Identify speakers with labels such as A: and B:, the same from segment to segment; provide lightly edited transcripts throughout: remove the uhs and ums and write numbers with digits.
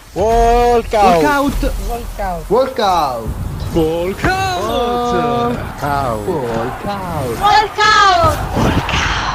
A: Walkout!
B: Walkout!
A: Walkout!
B: Walkout!
C: Walkout!
B: Walkout!
D: Walkout!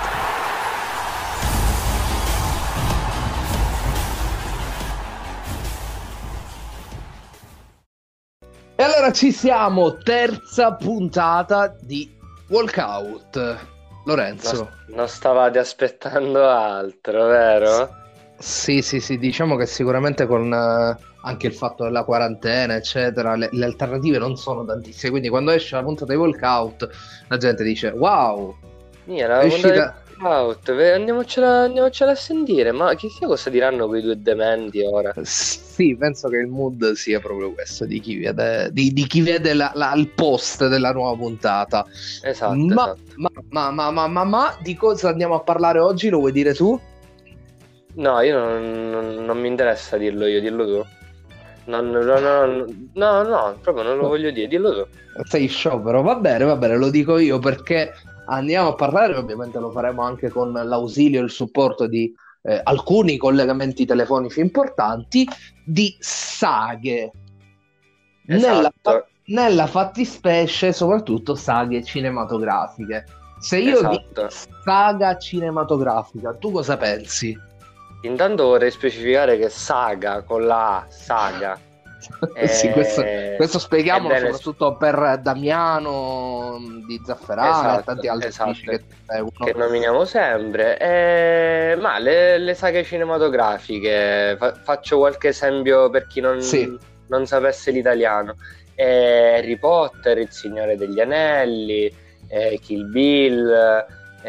B: E allora ci siamo, terza puntata di Walkout. Lorenzo.
C: Non stavate aspettando altro, vero?
B: Sì, diciamo che sicuramente con anche il fatto della quarantena, eccetera, le alternative non sono tantissime, quindi quando esce la puntata di Walkout la gente dice wow,
C: La
B: è
C: puntata di
B: uscita...
C: Walkout, andiamocela a sentire, ma chissà cosa diranno quei due dementi ora.
B: Sì, penso che il mood sia proprio questo di chi vede, di chi vede il post della nuova puntata.
C: Esatto,
B: Ma,
C: esatto.
B: ma di cosa andiamo a parlare oggi? Lo vuoi dire tu?
C: No, io non mi interessa dirlo io, dillo tu. No, proprio non lo voglio dire, dillo tu.
B: Sei sciopero, va bene, lo dico io perché andiamo a parlare, ovviamente lo faremo anche con l'ausilio e il supporto di alcuni collegamenti telefonici importanti, di saghe.
C: Esatto.
B: Nella fattispecie, soprattutto saghe cinematografiche. Se io dico
C: Esatto.
B: saga cinematografica, tu cosa pensi?
C: Intanto vorrei specificare che saga con la A, saga.
B: Sì, questo spieghiamolo
C: Ebbene,
B: soprattutto per Damiano di Zafferana e tanti altri amici che
C: che nominiamo sempre. Ma le saghe cinematografiche, faccio qualche esempio per chi non sapesse l'italiano. Harry Potter, Il Signore degli Anelli, Kill Bill,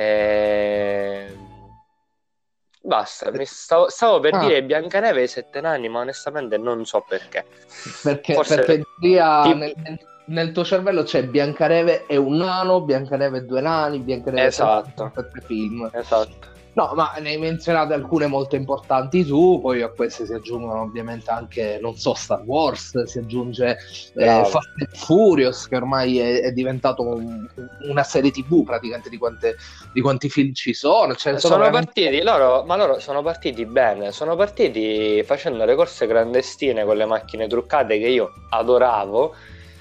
C: basta, stavo per dire Biancaneve e i Sette Nani, ma onestamente non so perché.
B: Perché nel tuo cervello c'è Biancaneve e un nano, Biancaneve e due nani, Biancaneve
C: esatto.
B: e tre film.
C: Esatto.
B: No, ma ne hai menzionate alcune molto importanti tu, poi a queste si aggiungono ovviamente anche, non so, Star Wars, si aggiunge Fast and Furious, che ormai è diventato una serie TV praticamente di quanti film ci sono. Cioè,
C: sono partiti, loro sono partiti bene, sono partiti facendo le corse clandestine con le macchine truccate che io adoravo,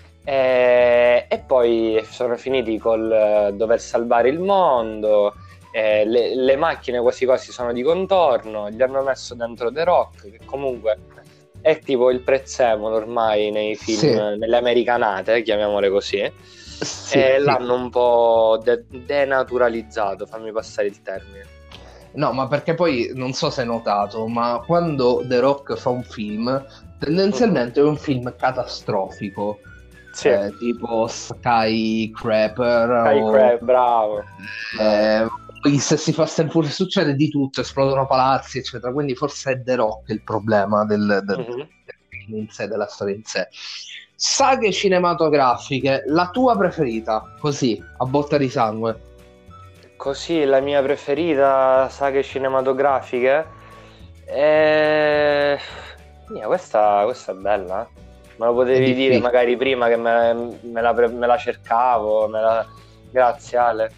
C: e poi sono finiti col dover salvare il mondo. Le macchine quasi quasi sono di contorno, gli hanno messo dentro The Rock, che comunque è tipo il prezzemolo ormai nei film, nelle americanate, chiamiamole così, e l'hanno un po' denaturalizzato, fammi passare il termine.
B: No, ma perché poi non so se hai notato, ma quando The Rock fa un film, tendenzialmente è un film catastrofico. Tipo Skycrapper,
C: bravo.
B: Se si fa sempre succede di tutto, esplodono palazzi eccetera, quindi forse è The Rock il problema del film in sé, della storia in sé. Saghe cinematografiche, la tua preferita, così a botta di sangue?
C: Così la mia preferita, saghe cinematografiche, questa è bella. Me lo potevi dire magari prima che me la cercavo. Grazie Ale.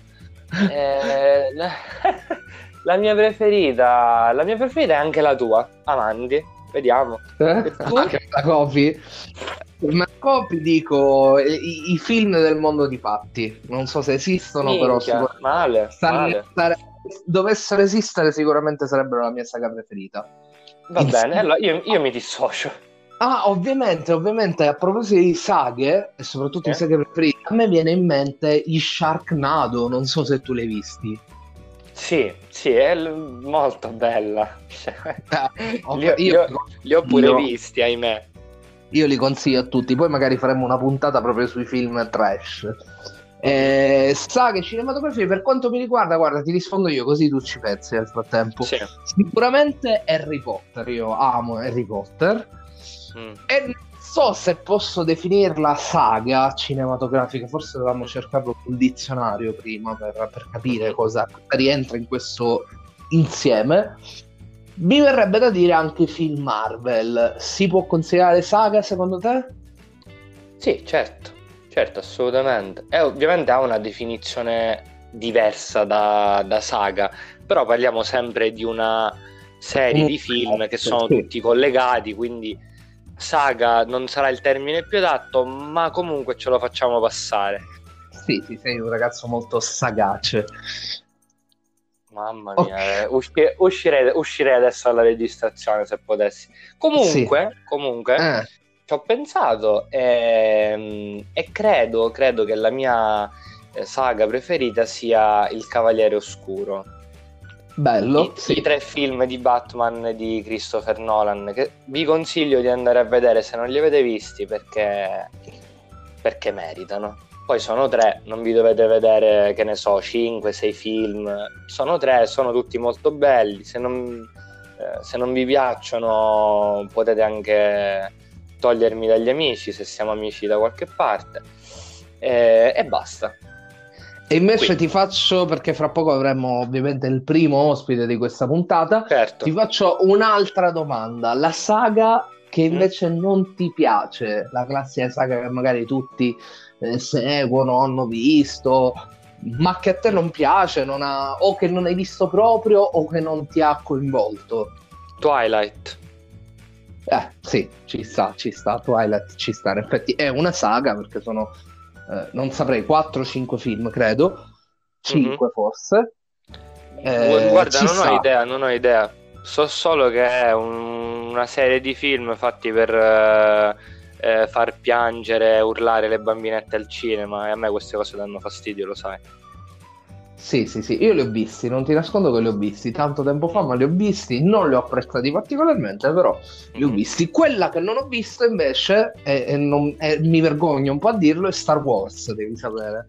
C: La mia preferita è anche la tua, avanti, vediamo.
B: Anche la copi? Ma copi dico i film del mondo di Patti, non so se esistono.
C: Minchia,
B: però
C: male.
B: Dovessero esistere sicuramente sarebbero la mia saga preferita.
C: Va bene, allora io mi dissocio.
B: Ovviamente, a proposito di saghe, e soprattutto di saghe preferite, a me viene in mente gli Sharknado, non so se tu li hai visti.
C: Sì, è molto bella. Li ho pure visti, ahimè.
B: Io li consiglio a tutti, poi magari faremo una puntata proprio sui film trash. Saghe cinematografiche, per quanto mi riguarda, guarda, ti rispondo io così tu ci pensi nel frattempo. Sicuramente Harry Potter, io amo Harry Potter. E non so se posso definirla saga cinematografica, forse dovevamo cercarlo sul dizionario prima per capire cosa rientra in questo insieme. Mi verrebbe da dire anche film Marvel. Si può considerare saga secondo te?
C: Sì, certo, assolutamente. E ovviamente ha una definizione diversa da saga, però parliamo sempre di una serie di film che sono tutti collegati, quindi saga non sarà il termine più adatto, ma comunque ce lo facciamo passare.
B: Sì, sei un ragazzo molto sagace.
C: Mamma mia, uscirei adesso alla registrazione se potessi. Comunque, ci ho pensato e credo che la mia saga preferita sia Il Cavaliere Oscuro.
B: Bello,
C: I 3 film di Batman di Christopher Nolan, che vi consiglio di andare a vedere se non li avete visti, perché meritano. Poi sono 3, non vi dovete vedere, che ne so, 5-6 film, sono 3, sono tutti molto belli. Se non vi piacciono potete anche togliermi dagli amici, se siamo amici da qualche parte, e basta.
B: E invece ti faccio, perché fra poco avremo ovviamente il primo ospite di questa puntata,
C: certo.
B: Ti faccio un'altra domanda. La saga che invece non ti piace, la classica saga che magari tutti seguono, hanno visto, ma che a te non piace, o che non hai visto proprio, o che non ti ha coinvolto.
C: Twilight.
B: Sì, ci sta, Twilight ci sta. In effetti è una saga, perché sono, non saprei, 4-5 film, credo. 5 forse.
C: Guarda, non ho idea. So solo che è una serie di film fatti per far piangere, urlare le bambinette al cinema, e a me queste cose danno fastidio, lo sai.
B: Sì, io li ho visti, non ti nascondo che li ho visti tanto tempo fa, ma li ho visti, non li ho apprezzati particolarmente, però li ho visti. Quella che non ho visto invece, mi vergogno un po' a dirlo, è Star Wars, devi sapere.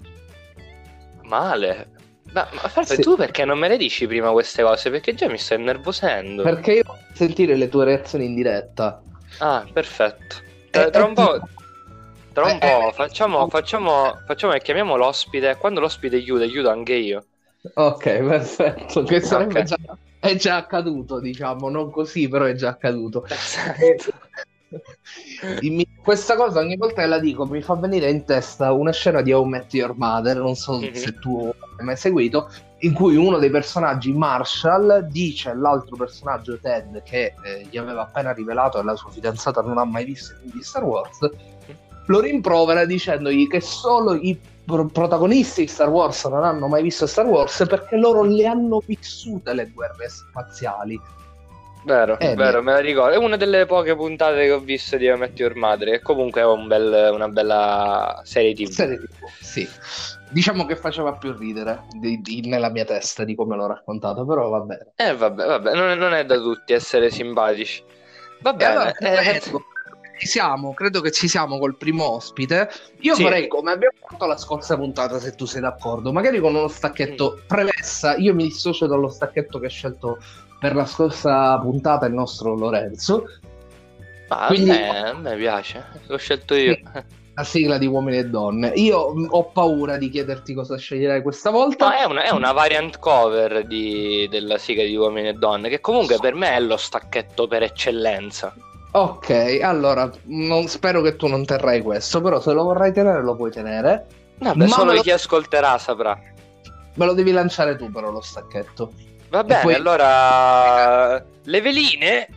C: Male? Ma tu perché non me le dici prima queste cose? Perché già mi sto innervosendo.
B: Perché io voglio sentire le tue reazioni in diretta.
C: Ah, perfetto. Tra un po' facciamo che chiamiamo l'ospite. Quando l'ospite chiudo anche io.
B: Ok, perfetto. Che sarebbe è già accaduto, diciamo, non così, però è già accaduto. Questa cosa ogni volta che la dico mi fa venire in testa una scena di How I Met Your Mother, non so se tu hai mai seguito, in cui uno dei personaggi, Marshall, dice all'altro personaggio, Ted, che gli aveva appena rivelato che la sua fidanzata non ha mai visto i film di Star Wars, lo rimprovera dicendogli che solo i protagonisti di Star Wars non hanno mai visto Star Wars perché loro le hanno vissute le guerre spaziali.
C: Vero, me la ricordo. È una delle poche puntate che ho visto di How I Met Your Mother, e comunque è una bella serie TV.
B: Sì. Diciamo che faceva più ridere nella mia testa di come l'ho raccontato, però va bene.
C: Vabbè, non è da tutti essere simpatici. Va bene.
B: Credo che ci siamo col primo ospite. Io farei come abbiamo fatto la scorsa puntata, se tu sei d'accordo, magari con uno stacchetto premessa. Io mi dissocio dallo stacchetto che ha scelto per la scorsa puntata il nostro Lorenzo.
C: Quindi, a me piace, l'ho scelto io.
B: La sigla di Uomini e Donne. Io ho paura di chiederti cosa sceglierai questa volta.
C: No, è una variant cover della sigla di Uomini e Donne, che comunque per me è lo stacchetto per eccellenza.
B: Ok, allora spero che tu non terrai questo, però se lo vorrai tenere lo puoi tenere.
C: Vabbè, solo chi ascolterà saprà.
B: Me lo devi lanciare tu però lo stacchetto.
C: Va bene, poi... allora le veline.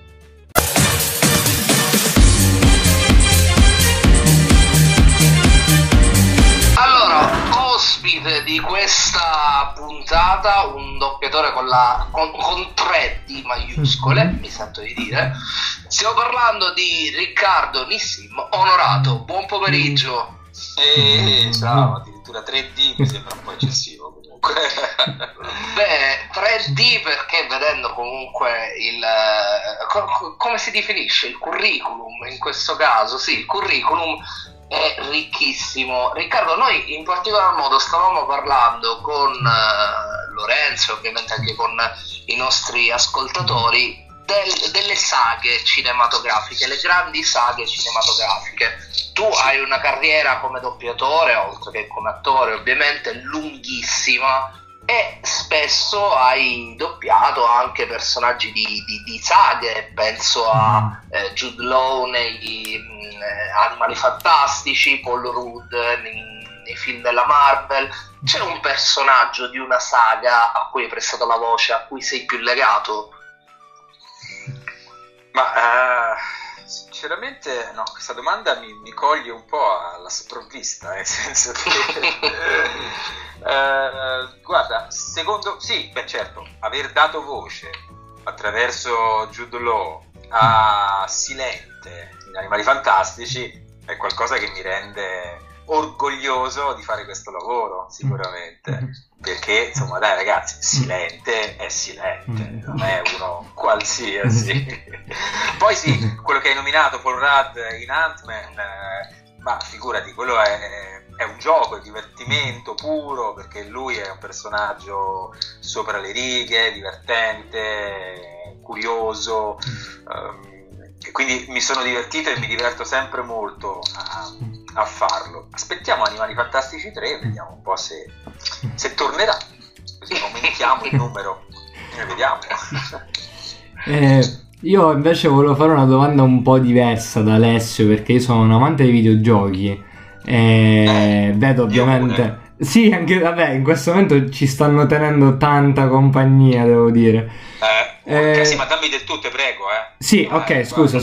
B: Allora, ospite di questa puntata, un doppiatore con 3 D maiuscole, mi sento di dire. Stiamo parlando di Riccardo Nissim Onorato. Buon pomeriggio.
A: Ciao, addirittura 3D mi sembra un po' eccessivo comunque.
B: Beh, 3D perché vedendo comunque come si definisce il curriculum in questo caso, sì, il curriculum è ricchissimo. Riccardo, noi in particolar modo stavamo parlando con Lorenzo, ovviamente anche con i nostri ascoltatori, delle saghe cinematografiche, le grandi saghe cinematografiche. Tu hai una carriera come doppiatore, oltre che come attore ovviamente, lunghissima, e spesso hai doppiato anche personaggi di saghe. Penso a Jude Law nei Animali Fantastici, Paul Rudd nei film della Marvel. C'è un personaggio di una saga a cui hai prestato la voce, a cui sei più legato?
A: Ma sinceramente no, questa domanda mi coglie un po' alla sprovvista, nel senso che guarda, secondo sì, beh certo, aver dato voce attraverso Jude Law a Silente in Animali Fantastici è qualcosa che mi rende orgoglioso di fare questo lavoro, sicuramente, perché insomma dai ragazzi, Silente è Silente, non è uno qualsiasi. Poi sì, quello che hai nominato, Paul Rudd in Ant-Man, ma figurati, quello è un gioco, è divertimento puro, perché lui è un personaggio sopra le righe, divertente, curioso, e quindi mi sono divertito e mi diverto sempre molto a farlo. Aspettiamo Animali Fantastici 3, vediamo un po' se tornerà, così aumentiamo il numero e vediamo.
E: Io invece volevo fare una domanda un po' diversa da Alessio, perché io sono un amante dei videogiochi e vedo ovviamente... Sì, anche vabbè, in questo momento ci stanno tenendo tanta compagnia, devo dire.
A: Sì, ma dammi del tutto, prego.
E: Sì, ok, scusa.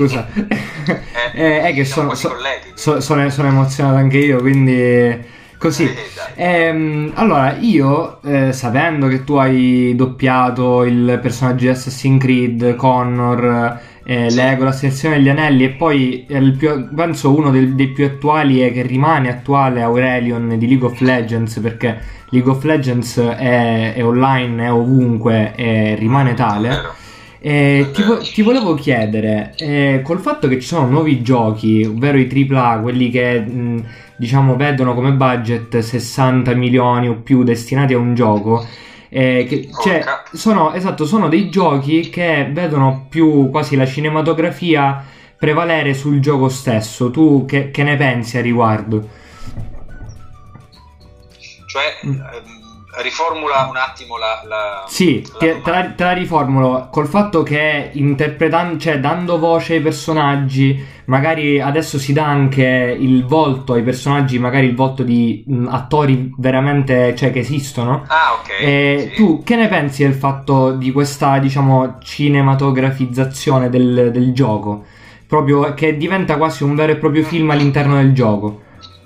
E: È che sono emozionato anche io, quindi così. Allora, io sapendo che tu hai doppiato il personaggio di Assassin's Creed, Connor, Legolas, il Signore degli Anelli, e poi penso uno dei più attuali e che rimane attuale, Aurelion di League of Legends, perché League of Legends è online, è ovunque e rimane tale. Ti volevo chiedere, col fatto che ci sono nuovi giochi, ovvero i AAA, quelli che diciamo vedono come budget 60 milioni o più destinati a un gioco, sono dei giochi che vedono più quasi la cinematografia prevalere sul gioco stesso. Tu che ne pensi a riguardo?
A: Cioè, riformula un attimo la
E: sì, te la riformulo col fatto che interpretando, cioè dando voce ai personaggi, magari adesso si dà anche il volto ai personaggi, magari il volto di attori veramente, cioè, che esistono.
A: Ok.
E: Sì. Tu che ne pensi del fatto di questa, diciamo, cinematografizzazione del gioco? Proprio che diventa quasi un vero e proprio film all'interno del gioco.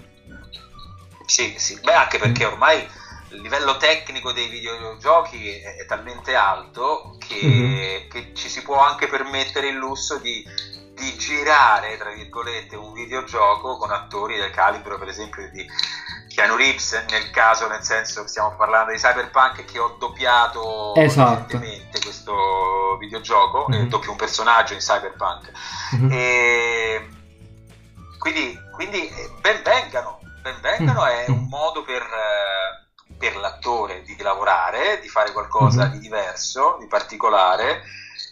A: Sì, beh, anche perché ormai il livello tecnico dei videogiochi è talmente alto che ci si può anche permettere il lusso di girare, tra virgolette, un videogioco con attori del calibro, per esempio, di Keanu Reeves, nel senso che stiamo parlando di Cyberpunk, che ho doppiato recentemente questo videogioco, doppio un personaggio in Cyberpunk, e quindi ben vengano, è un modo per l'attore di lavorare, di fare qualcosa di diverso, di particolare,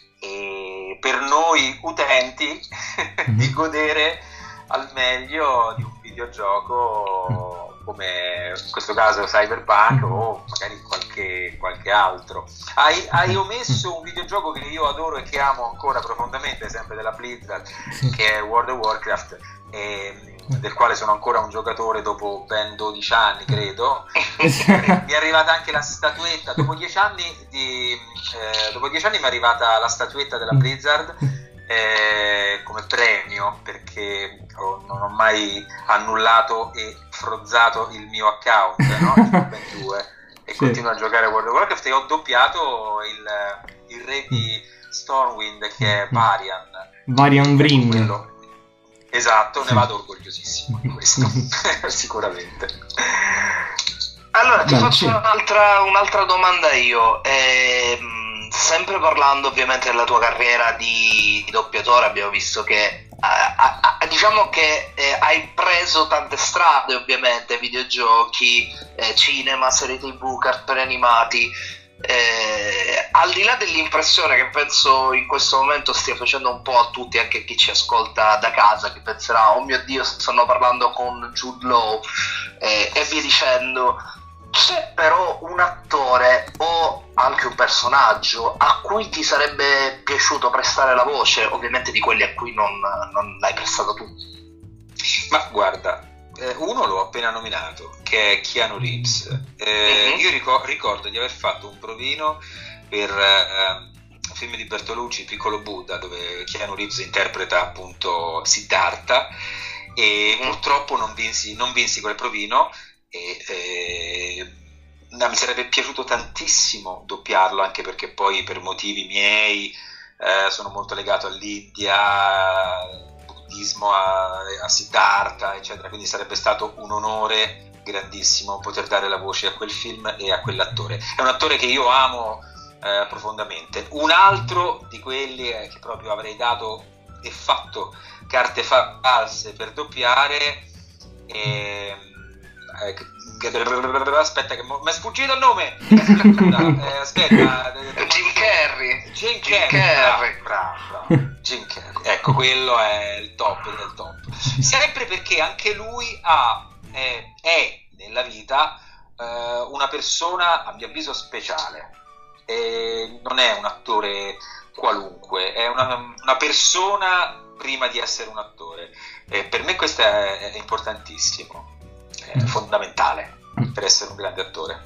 A: e per noi utenti di godere al meglio di un videogioco come in questo caso Cyberpunk o magari qualche altro. Hai omesso un videogioco che io adoro e che amo ancora profondamente, sempre della Blizzard, che è World of Warcraft, del quale sono ancora un giocatore dopo ben 12 anni, credo. Mi è arrivata anche la statuetta dopo 10 anni mi è arrivata la statuetta della Blizzard come premio, perché non ho mai annullato e frozzato il mio account, no? Ben 2, e continuo a giocare a World of Warcraft, e ho doppiato il re di Stormwind, che è Varian
E: Vryn.
A: Esatto, ne vado orgogliosissimo di questo. Sicuramente.
B: Allora ti faccio un'altra domanda io, sempre parlando ovviamente della tua carriera di doppiatore. Abbiamo visto che diciamo che hai preso tante strade, ovviamente, videogiochi, cinema, serie TV, cartoni animati. Al di là dell'impressione che penso in questo momento stia facendo un po' a tutti, anche chi ci ascolta da casa, che penserà: oh mio Dio, stanno parlando con Jude Law, e via dicendo, c'è però un attore o anche un personaggio a cui ti sarebbe piaciuto prestare la voce, ovviamente di quelli a cui non l'hai prestato tu?
A: Ma guarda, uno l'ho appena nominato, che è Keanu Reeves. Io ricordo di aver fatto un provino per film di Bertolucci, Piccolo Buddha, dove Keanu Reeves interpreta appunto Siddhartha, e purtroppo non vinsi quel provino, e mi sarebbe piaciuto tantissimo doppiarlo, anche perché poi per motivi miei sono molto legato all'India, al buddismo, a Siddhartha, eccetera, quindi sarebbe stato un onore grandissimo poter dare la voce a quel film e a quell'attore. È un attore che io amo profondamente. Un altro di quelli che proprio avrei dato e fatto carte false per doppiare, aspetta che mi è sfuggito il nome. Aspetta, Jim Carrey. Bravo. Jim Carrey, ecco, quello è il top del top, sempre perché anche lui è nella vita una persona, a mio avviso, speciale, non è un attore qualunque, è una persona prima di essere un attore, per me questo è importantissimo, è fondamentale per essere un grande attore.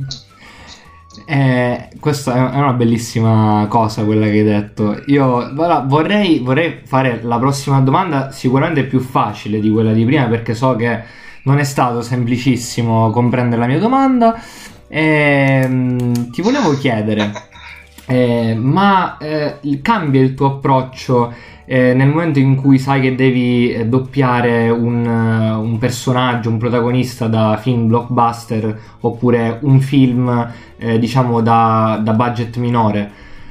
E: Questa è una bellissima cosa quella che hai detto. Io vorrei fare la prossima domanda, sicuramente più facile di quella di prima, perché so che non è stato semplicissimo comprendere la mia domanda. Ti volevo chiedere, ma cambia il tuo approccio nel momento in cui sai che devi doppiare un personaggio, un protagonista da film blockbuster, oppure un film diciamo da budget minore?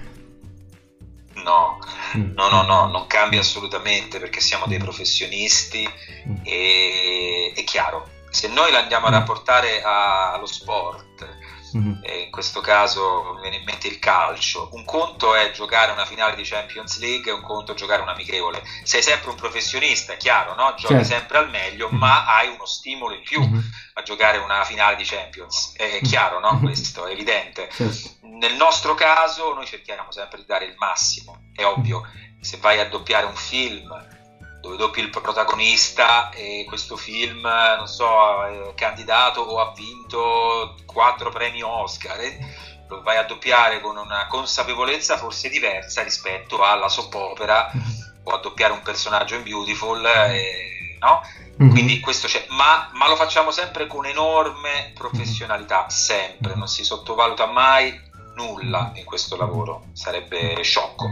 A: No, non cambia assolutamente, perché siamo dei professionisti, e è chiaro, se noi la andiamo a rapportare allo sport, in questo caso mi viene in mente il calcio, un conto è giocare una finale di Champions League e un conto è giocare un amichevole. Sei sempre un professionista, è chiaro, no? Giochi sempre al meglio, ma hai uno stimolo in più a giocare una finale di Champions, è chiaro, no? Questo è evidente. Nel nostro caso noi cerchiamo sempre di dare il massimo. È ovvio, se vai a doppiare un film dove doppi il protagonista e questo film, non so, è candidato o ha vinto 4 premi Oscar, lo vai a doppiare con una consapevolezza forse diversa rispetto alla soap opera o a doppiare un personaggio in Beautiful, no? Quindi questo c'è, ma lo facciamo sempre con enorme professionalità, sempre, non si sottovaluta mai nulla in questo lavoro, sarebbe sciocco.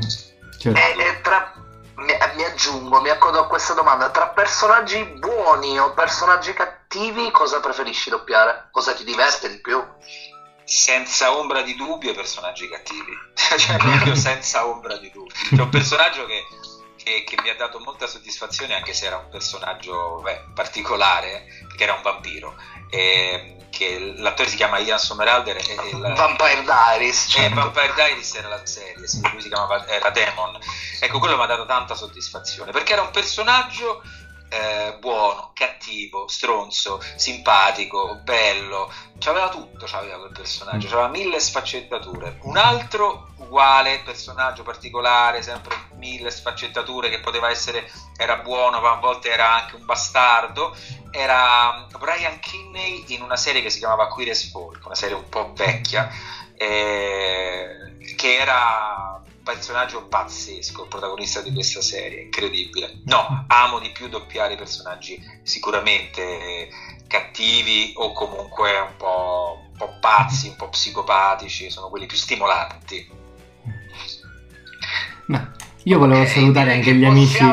B: Mi accodo a questa domanda: tra personaggi buoni o personaggi cattivi, cosa preferisci doppiare? Cosa ti diverte di più?
A: Senza ombra di dubbio i personaggi cattivi, cioè proprio senza ombra di dubbio. C'è un personaggio che mi ha dato molta soddisfazione, anche se era un personaggio particolare, perché era un vampiro, che l'attore si chiama Ian Somerhalder,
B: Vampire Diaries, certo.
A: Vampire Diaries era la serie, sì, lui si chiamava, era Demon. Ecco, quello mi ha dato tanta soddisfazione, perché era un personaggio buono, cattivo, stronzo, simpatico, bello, c'aveva tutto, c'aveva quel personaggio, c'aveva 1000 sfaccettature. Un altro uguale, personaggio particolare, sempre 1000 sfaccettature, che poteva essere, era buono ma a volte era anche un bastardo, era Brian Kinney in una serie che si chiamava Queer as Folk, una serie un po' vecchia, che era un personaggio pazzesco, il protagonista di questa serie, incredibile. No, amo di più doppiare i personaggi sicuramente cattivi o comunque un po' pazzi, un po' psicopatici, sono quelli più stimolanti.
E: Io volevo salutare anche gli amici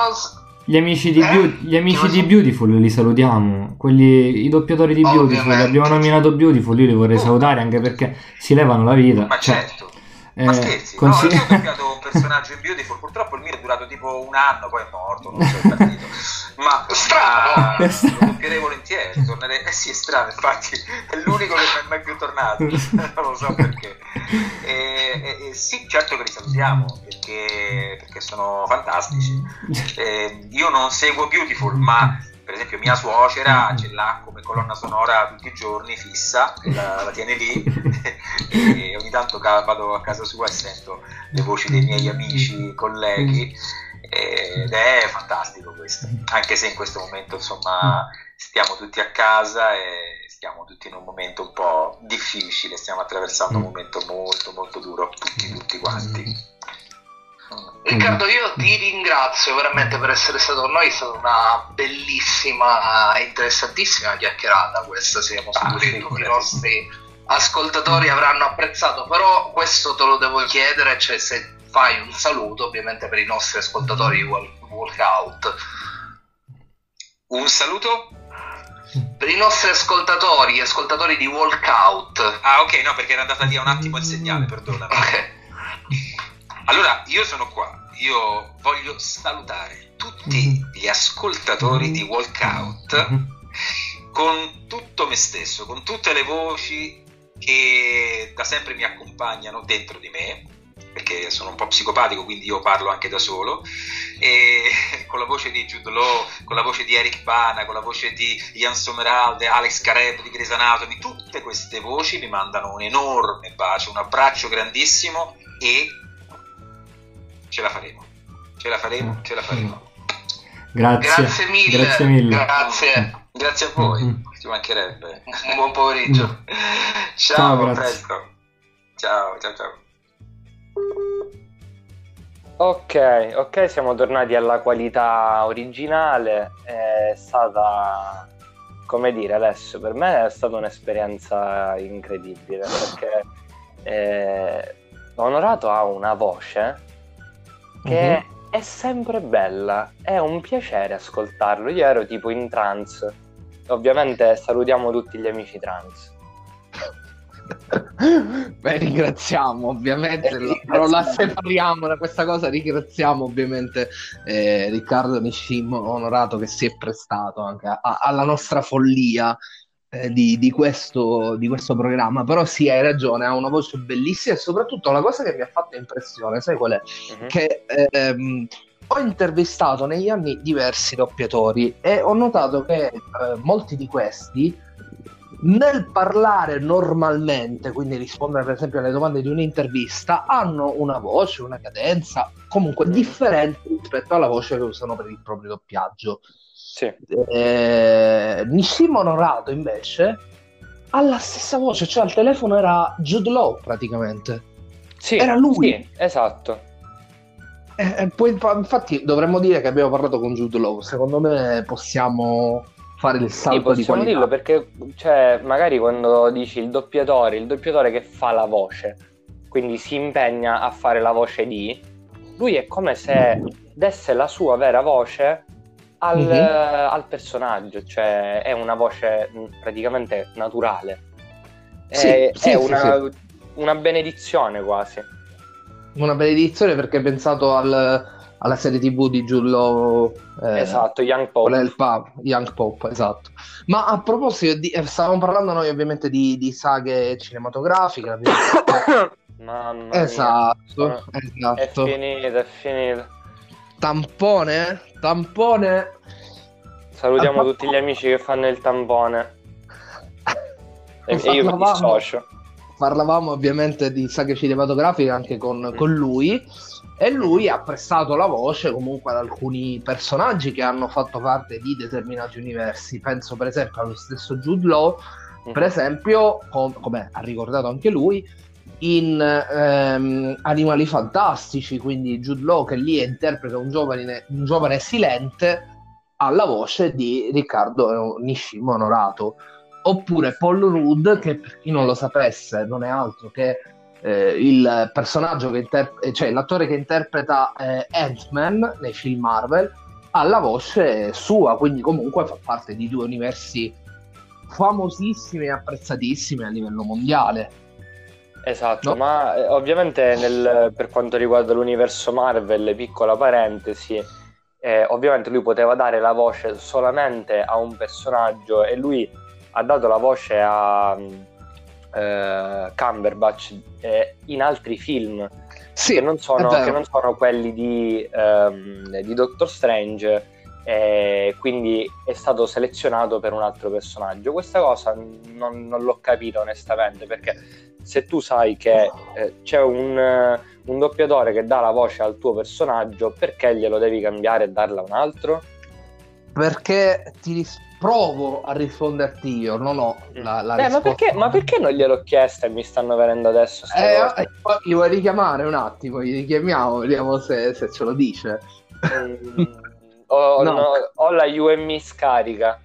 E: di Beautiful, li salutiamo, i doppiatori di Beautiful, abbiamo nominato Beautiful, io li vorrei salutare anche perché si levano la vita.
A: Ma certo. Ma scherzi, no, io ho doppiato un personaggio in Beautiful, purtroppo il mio è durato tipo un anno, poi è morto, non so, è partito. Ma strano, lo doppierei volentieri, tornerei, sì, è strano, infatti è l'unico che non è mai più tornato, non lo so perché. Sì, certo che li salutiamo, perché sono fantastici. Io non seguo Beautiful, ma per esempio mia suocera ce l'ha come colonna sonora tutti i giorni, fissa, la tiene lì, e ogni tanto vado a casa sua e sento le voci dei miei amici, colleghi, ed è fantastico questo, anche se in questo momento insomma stiamo tutti a casa e stiamo tutti in un momento un po' difficile, stiamo attraversando un momento molto molto duro tutti quanti.
B: Riccardo, io ti ringrazio veramente per essere stato con noi, è stata una bellissima e interessantissima chiacchierata questa, siamo sicuri che tutti i nostri ascoltatori avranno apprezzato, però questo te lo devo chiedere, cioè se fai un saluto ovviamente per i nostri ascoltatori di Walkout.
A: Un saluto?
B: Per i nostri ascoltatori di Walkout.
A: Ah, ok, no, perché era andata via un attimo il segnale, perdonami.
B: Ok.
A: Allora, io sono qua, io voglio salutare tutti gli ascoltatori di Walkout con tutto me stesso, con tutte le voci che da sempre mi accompagnano dentro di me, perché sono un po' psicopatico, quindi io parlo anche da solo, e con la voce di Jude Law, con la voce di Eric Bana, con la voce di Ian Somerhalder, Alex Gareb di Grey's Anatomy, tutte queste voci mi mandano un enorme bacio, un abbraccio grandissimo e ce la faremo.
E: Grazie mille.
A: Grazie a voi, ci mancherebbe.
B: Un buon pomeriggio.
A: Ciao, a presto. Ciao.
C: Ok, siamo tornati alla qualità originale. È stata, come dire, adesso per me è stata un'esperienza incredibile, perché Onorato ha una voce che è sempre bella, è un piacere ascoltarlo. Io ero tipo in trance. Ovviamente salutiamo tutti gli amici trans.
B: Beh, ringraziamo ovviamente, però la separiamo da questa cosa, ringraziamo ovviamente Riccardo Nishimo Onorato, che si è prestato anche alla nostra follia di questo programma. Però sì, hai ragione, ha una voce bellissima, e soprattutto la cosa che mi ha fatto impressione, sai qual è? Che ho intervistato negli anni diversi doppiatori e ho notato che molti di questi, nel parlare normalmente, quindi rispondere per esempio alle domande di un'intervista, hanno una voce, una cadenza comunque differente rispetto alla voce che usano per il proprio doppiaggio.
C: Sì.
B: Nishimo Onorato invece ha la stessa voce, cioè al telefono era Jude Law praticamente.
C: Sì,
B: era lui.
C: Sì, esatto.
B: Poi, infatti dovremmo dire che abbiamo parlato con Jude Law. Secondo me possiamo fare il salto di qualità.
C: Dirlo, perché cioè, magari quando dici il doppiatore che fa la voce, quindi si impegna a fare la voce di, lui è come se desse la sua vera voce al personaggio, cioè è una voce praticamente naturale. È una benedizione quasi.
B: Una benedizione, perché è pensato alla serie TV di Jude Law,
C: esatto, Young
B: Pope, esatto. Ma a proposito stavamo parlando noi ovviamente di saghe cinematografiche.
C: Mamma mia.
B: Esatto.
C: È finita.
B: Tampone.
C: Salutiamo tutti gli amici che fanno il tampone. E io mi dissocio.
B: Parlavamo ovviamente di saghe cinematografiche anche con lui, e lui ha prestato la voce comunque ad alcuni personaggi che hanno fatto parte di determinati universi. Penso per esempio allo stesso Jude Law, per esempio, come ha ricordato anche lui, in Animali Fantastici, quindi Jude Law che lì interpreta un giovane silente, alla voce di Riccardo Nishimo Onorato. Oppure Paul Rudd, che per chi non lo sapesse non è altro che il personaggio cioè l'attore che interpreta Ant-Man nei film Marvel, ha la voce sua, quindi comunque fa parte di due universi famosissimi e apprezzatissimi a livello mondiale.
C: Esatto,
B: no?
C: Ma ovviamente per quanto riguarda l'universo Marvel, piccola parentesi, ovviamente lui poteva dare la voce solamente a un personaggio, e lui ha dato la voce a Cumberbatch in altri film, che non sono quelli di Doctor Strange, quindi è stato selezionato per un altro personaggio. Questa cosa non l'ho capito onestamente, perché se tu sai che c'è un doppiatore che dà la voce al tuo personaggio, perché glielo devi cambiare e darla a un altro?
B: perché provo a risponderti io, non ho la risposta.
C: Ma perché non gliel'ho chiesta e mi stanno venendo adesso
B: Gli vuoi richiamare un attimo? Gli richiamiamo, vediamo se ce lo dice.
C: Ho la UMI scarica.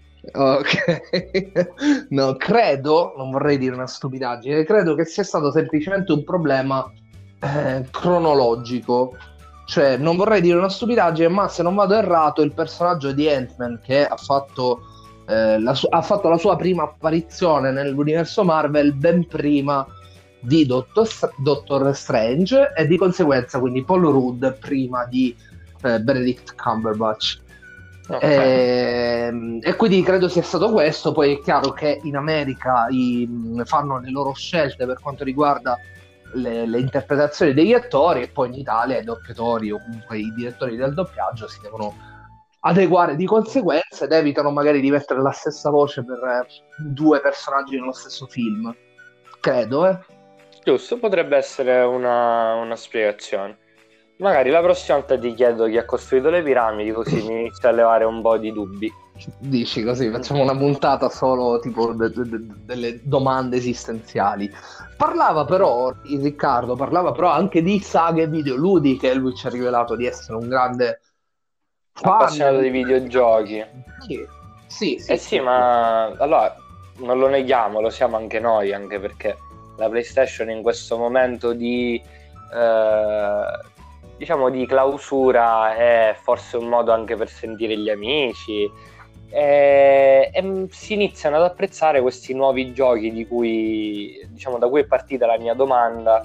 B: Ok. No, credo, non vorrei dire una stupidaggine, credo che sia stato semplicemente un problema cronologico. Cioè, non vorrei dire una stupidaggine, ma se non vado errato, il personaggio di Ant-Man che ha fatto la sua prima apparizione nell'universo Marvel ben prima di Doctor Strange, e di conseguenza quindi Paul Rudd prima di Benedict Cumberbatch.
C: Okay.
B: E quindi credo sia stato questo. Poi è chiaro che in America fanno le loro scelte per quanto riguarda le interpretazioni degli attori, e poi in Italia i doppiatori o comunque i direttori del doppiaggio si devono adeguare di conseguenza ed evitano magari di mettere la stessa voce per due personaggi nello stesso film, credo.
C: Giusto, potrebbe essere una spiegazione. Magari la prossima volta ti chiedo chi ha costruito le piramidi, così mi inizio a levare un po' di dubbi.
B: Dici così, facciamo una puntata solo tipo delle domande esistenziali. Riccardo parlava però anche di saghe videoludiche. Lui ci ha rivelato di essere un grande
C: appassionato di videogiochi.
B: Sì,
C: ma allora non lo neghiamo, lo siamo anche noi, anche perché la PlayStation in questo momento di diciamo di clausura è forse un modo anche per sentire gli amici, e si iniziano ad apprezzare questi nuovi giochi di cui, diciamo, da cui è partita la mia domanda,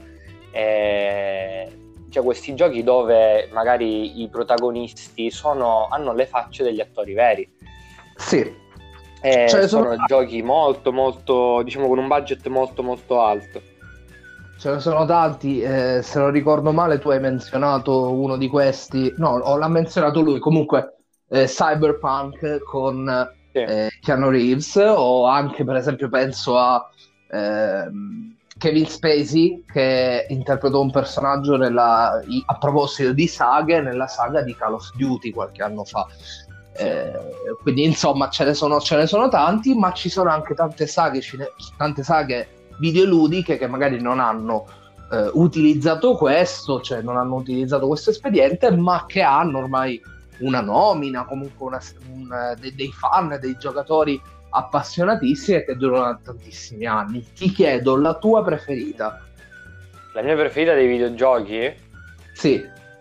C: cioè questi giochi dove magari i protagonisti hanno le facce degli attori veri.
B: Sì.
C: Sono giochi molto molto, diciamo, con un budget molto molto alto.
B: Ce ne sono tanti, se non ricordo male tu hai menzionato uno di questi, no, o l'ha menzionato lui, comunque Cyberpunk con Keanu Reeves, o anche per esempio penso a Kevin Spacey che interpretò un personaggio a proposito di saghe nella saga di Call of Duty qualche anno fa. Quindi insomma ce ne sono tanti, ma ci sono anche tante saghe videoludiche che magari non hanno utilizzato questo, cioè non hanno utilizzato questo espediente, ma che hanno ormai una nomina, comunque dei fan, dei giocatori appassionatissimi, che durano tantissimi anni. Ti chiedo la tua preferita.
C: La mia preferita dei videogiochi?
B: Sì.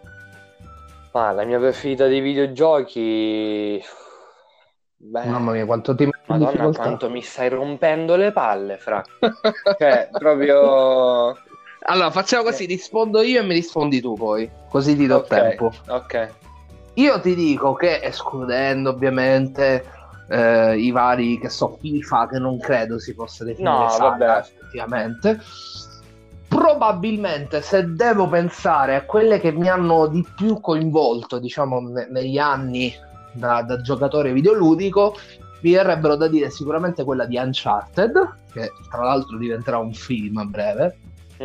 C: Ma la mia preferita dei videogiochi... Beh,
B: mamma mia, quanto ti metti in
C: Madonna,
B: difficoltà.
C: quanto mi stai rompendo le palle, fra. Cioè, proprio...
B: Allora, facciamo così, rispondo io e mi rispondi tu poi, così ti do tempo.
C: Ok.
B: Io ti dico che, escludendo ovviamente i vari, che so, FIFA, che non credo si possa definire saga, effettivamente, probabilmente se devo pensare a quelle che mi hanno di più coinvolto, diciamo, negli anni da giocatore videoludico, mi verrebbero da dire sicuramente quella di Uncharted, che tra l'altro diventerà un film a breve,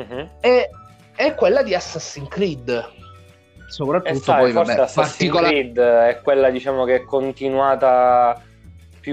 B: e quella di Assassin's Creed. Soprattutto poi
C: forse Assassin's Creed è quella, diciamo, che è continuata più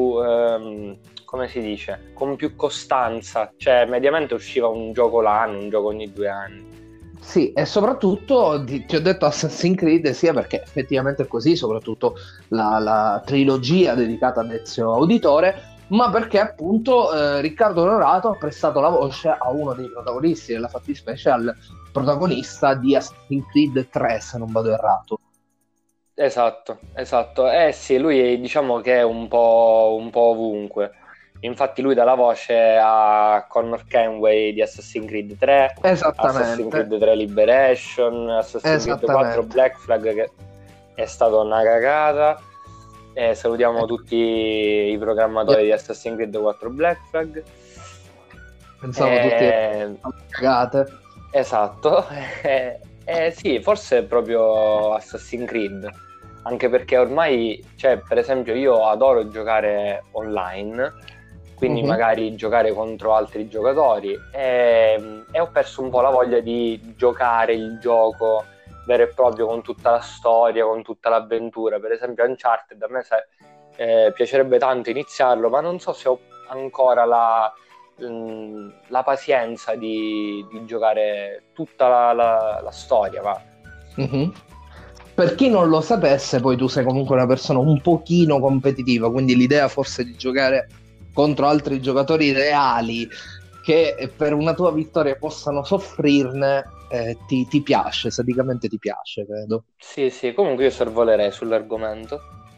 C: come si dice, con più costanza, cioè mediamente usciva un gioco l'anno, un gioco ogni 2 anni.
B: Sì, e soprattutto ti ho detto Assassin's Creed sia perché effettivamente è così, soprattutto la trilogia dedicata ad Ezio Auditore, ma perché appunto Riccardo Onorato ha prestato la voce a uno dei protagonisti, della fattispecie al protagonista di Assassin's Creed 3, se non vado errato.
C: Esatto. Sì, lui diciamo che è un po' ovunque. Infatti lui dà la voce a Connor Kenway di Assassin's Creed 3, Assassin's Creed 3 Liberation, Assassin's Creed 4 Black Flag, che è stata una cagata. Salutiamo tutti i programmatori di Assassin's Creed 4 Black Flag.
B: Pensavo tutti cagate.
C: Esatto. Sì, forse è proprio Assassin's Creed, anche perché ormai, cioè, per esempio, io adoro giocare online, quindi magari giocare contro altri giocatori, e ho perso un po' la voglia di giocare il gioco vero e proprio, con tutta la storia, con tutta l'avventura. Per esempio Uncharted a me piacerebbe tanto iniziarlo, ma non so se ho ancora la pazienza di giocare tutta la storia, va.
B: Mm-hmm. Per chi non lo sapesse, poi tu sei comunque una persona un pochino competitiva, quindi l'idea forse di giocare contro altri giocatori reali che per una tua vittoria possano soffrirne, ti piace, sadicamente ti piace, credo.
C: Sì, comunque io sorvolerei sull'argomento.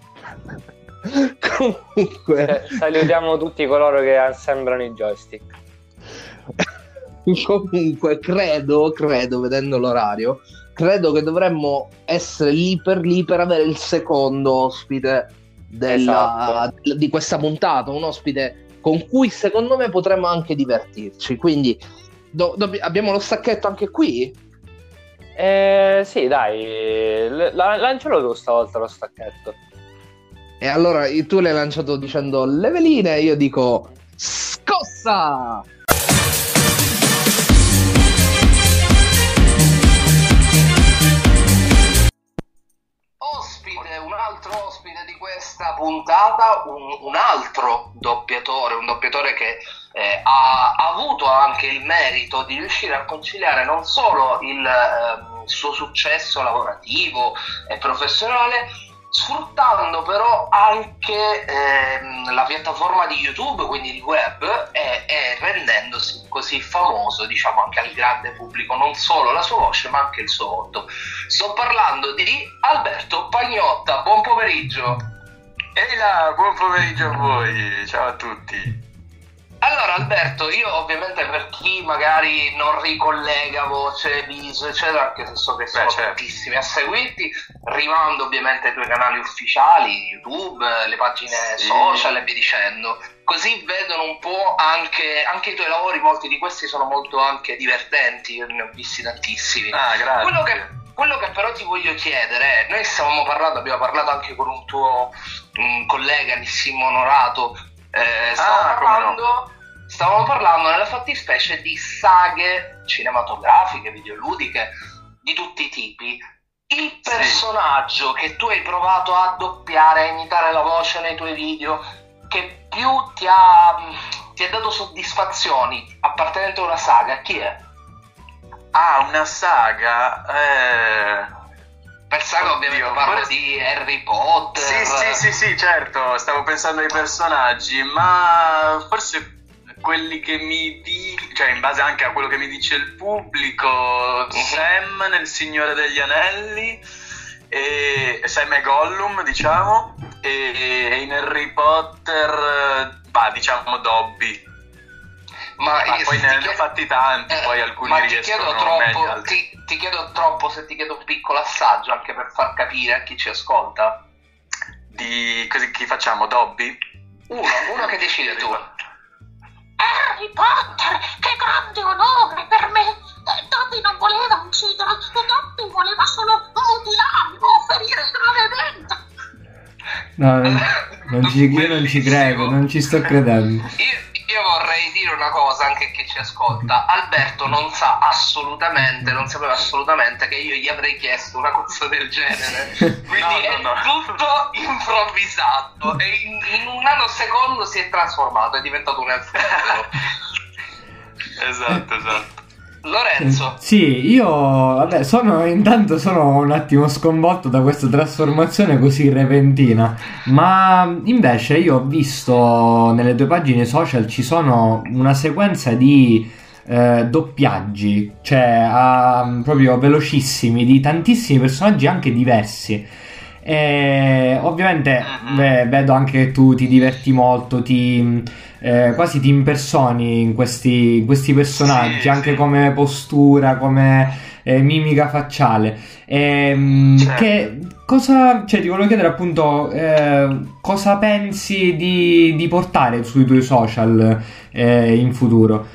B: Comunque
C: salutiamo tutti coloro che assemblano i joystick.
B: Comunque credo, vedendo l'orario, credo che dovremmo essere lì per avere il secondo ospite di questa puntata, un ospite con cui secondo me potremmo anche divertirci, quindi abbiamo lo stacchetto anche qui?
C: Sì, dai, lancialo tu stavolta lo stacchetto.
B: E allora tu l'hai lanciato dicendo le veline, io dico scossa! Un altro ospite di questa puntata, un altro doppiatore, un doppiatore che ha avuto anche il merito di riuscire a conciliare non solo il suo successo lavorativo e professionale, sfruttando però anche la piattaforma di YouTube, quindi il web, e rendendosi così famoso, diciamo, anche al grande pubblico, non solo la sua voce ma anche il suo volto. Sto parlando di Alberto Pagnotta. Buon pomeriggio.
F: Ehi là, buon pomeriggio a voi, ciao a tutti.
B: Allora Alberto, io ovviamente, per chi magari non ricollega voce, viso eccetera, anche se so che sono tantissimi a seguirti, rimando ovviamente ai tuoi canali ufficiali, YouTube, le pagine social e via dicendo, così vedono un po' anche i tuoi lavori. Molti di questi sono molto anche divertenti, io ne ho visti tantissimi.
F: Grazie.
B: Quello che però ti voglio chiedere è, noi abbiamo parlato anche con un tuo collega, Nissimo Onorato, stavamo parlando nella fattispecie di saghe cinematografiche, videoludiche, di tutti i tipi. Il personaggio che tu hai provato a doppiare, a imitare la voce nei tuoi video, che più ti ha dato soddisfazioni appartenente a una saga, chi è?
F: Una saga?
B: Per saga ovviamente parlo di Harry Potter.
F: Sì, certo, stavo pensando ai personaggi, ma forse quelli che cioè in base anche a quello che mi dice il pubblico, Sam nel Signore degli Anelli, e Sam e Gollum, diciamo, e in Harry Potter, diciamo Dobby. Ma poi ne ho fatti tanti, poi alcuni riescono meglio, altri.
B: Ti chiedo troppo se ti chiedo un piccolo assaggio, anche per far capire a chi ci ascolta.
F: Così chi facciamo? Dobby?
B: Uno che decide tu.
D: Harry Potter, che grande onore per me! Dobby non voleva uccidere, Dobby voleva solo mutilare o ferire gravemente.
E: No, io non ci credo, non ci sto credendo.
B: Io vorrei dire una cosa anche a chi ci ascolta. Alberto non sapeva assolutamente che io gli avrei chiesto una cosa del genere. Quindi è tutto improvvisato e in un nanosecondo si è trasformato, è diventato un elfo.
F: Esatto.
B: Lorenzo.
E: Sì, io intanto sono un attimo sconvolto da questa trasformazione così repentina, ma invece io ho visto nelle tue pagine social ci sono una sequenza di doppiaggi, cioè proprio velocissimi, di tantissimi personaggi anche diversi. E ovviamente vedo anche che tu ti diverti molto, quasi ti impersoni in questi personaggi, anche come postura, come mimica facciale. Che cosa, cioè, ti volevo chiedere appunto cosa pensi di portare sui tuoi social in futuro?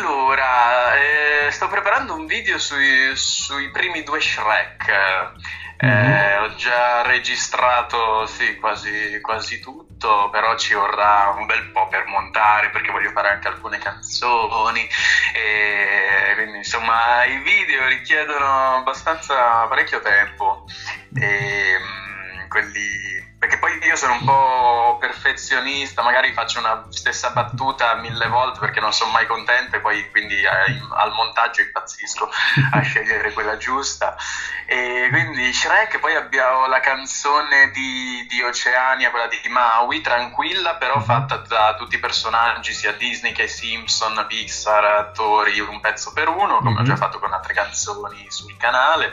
F: Allora, sto preparando un video sui primi due Shrek Ho già registrato quasi tutto, però ci vorrà un bel po' per montare, perché voglio fare anche alcune canzoni, e quindi insomma i video richiedono parecchio tempo, perché poi io sono un po' perfezionista, magari faccio una stessa battuta 1000 volte perché non sono mai contento, e poi quindi al montaggio impazzisco a scegliere quella giusta. E quindi Shrek, poi abbiamo la canzone di Oceania, quella di Maui, tranquilla, però fatta da tutti i personaggi, sia Disney che Simpson, Pixar, attori, un pezzo per uno, come ho già fatto con altre canzoni sul canale.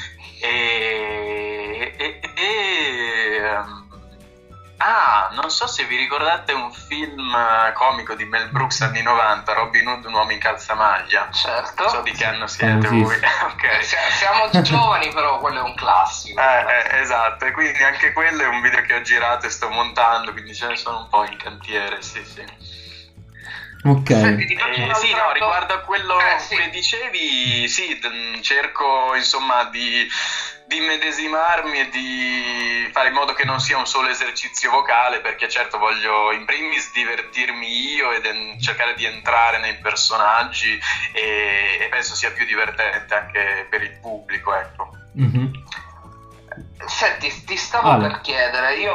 F: Non so se vi ricordate un film comico di Mel Brooks anni 90, Robin Hood, un uomo in calzamaglia.
C: Certo.
F: Non so di che anno siete voi. Okay.
C: Siamo giovani, però quello è un classico.
F: Esatto, e quindi anche quello è un video che ho girato e sto montando, quindi ce ne sono un po' in cantiere, sì.
E: Ok.
F: Riguardo a quello che dicevi, cerco insomma di medesimarmi e di fare in modo che non sia un solo esercizio vocale, perché certo voglio in primis divertirmi io ed cercare di entrare nei personaggi, e penso sia più divertente anche per il pubblico, ecco.
E: Mm-hmm.
C: Senti, ti stavo per chiedere, io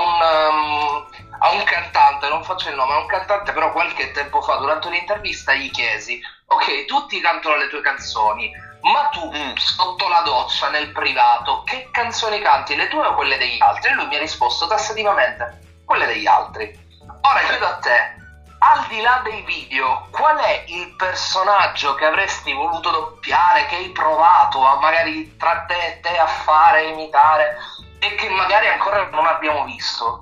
C: a un cantante, non faccio il nome, a un cantante, però qualche tempo fa durante un'intervista gli chiesi: ok, tutti cantano le tue canzoni, ma tu sotto la doccia nel privato che canzoni canti, le tue o quelle degli altri? E lui mi ha risposto tassativamente: quelle degli altri. Ora chiedo a te, al di là dei video, qual è il personaggio che avresti voluto doppiare, che hai provato a magari tra te e te a fare, imitare, e che magari ancora non abbiamo visto?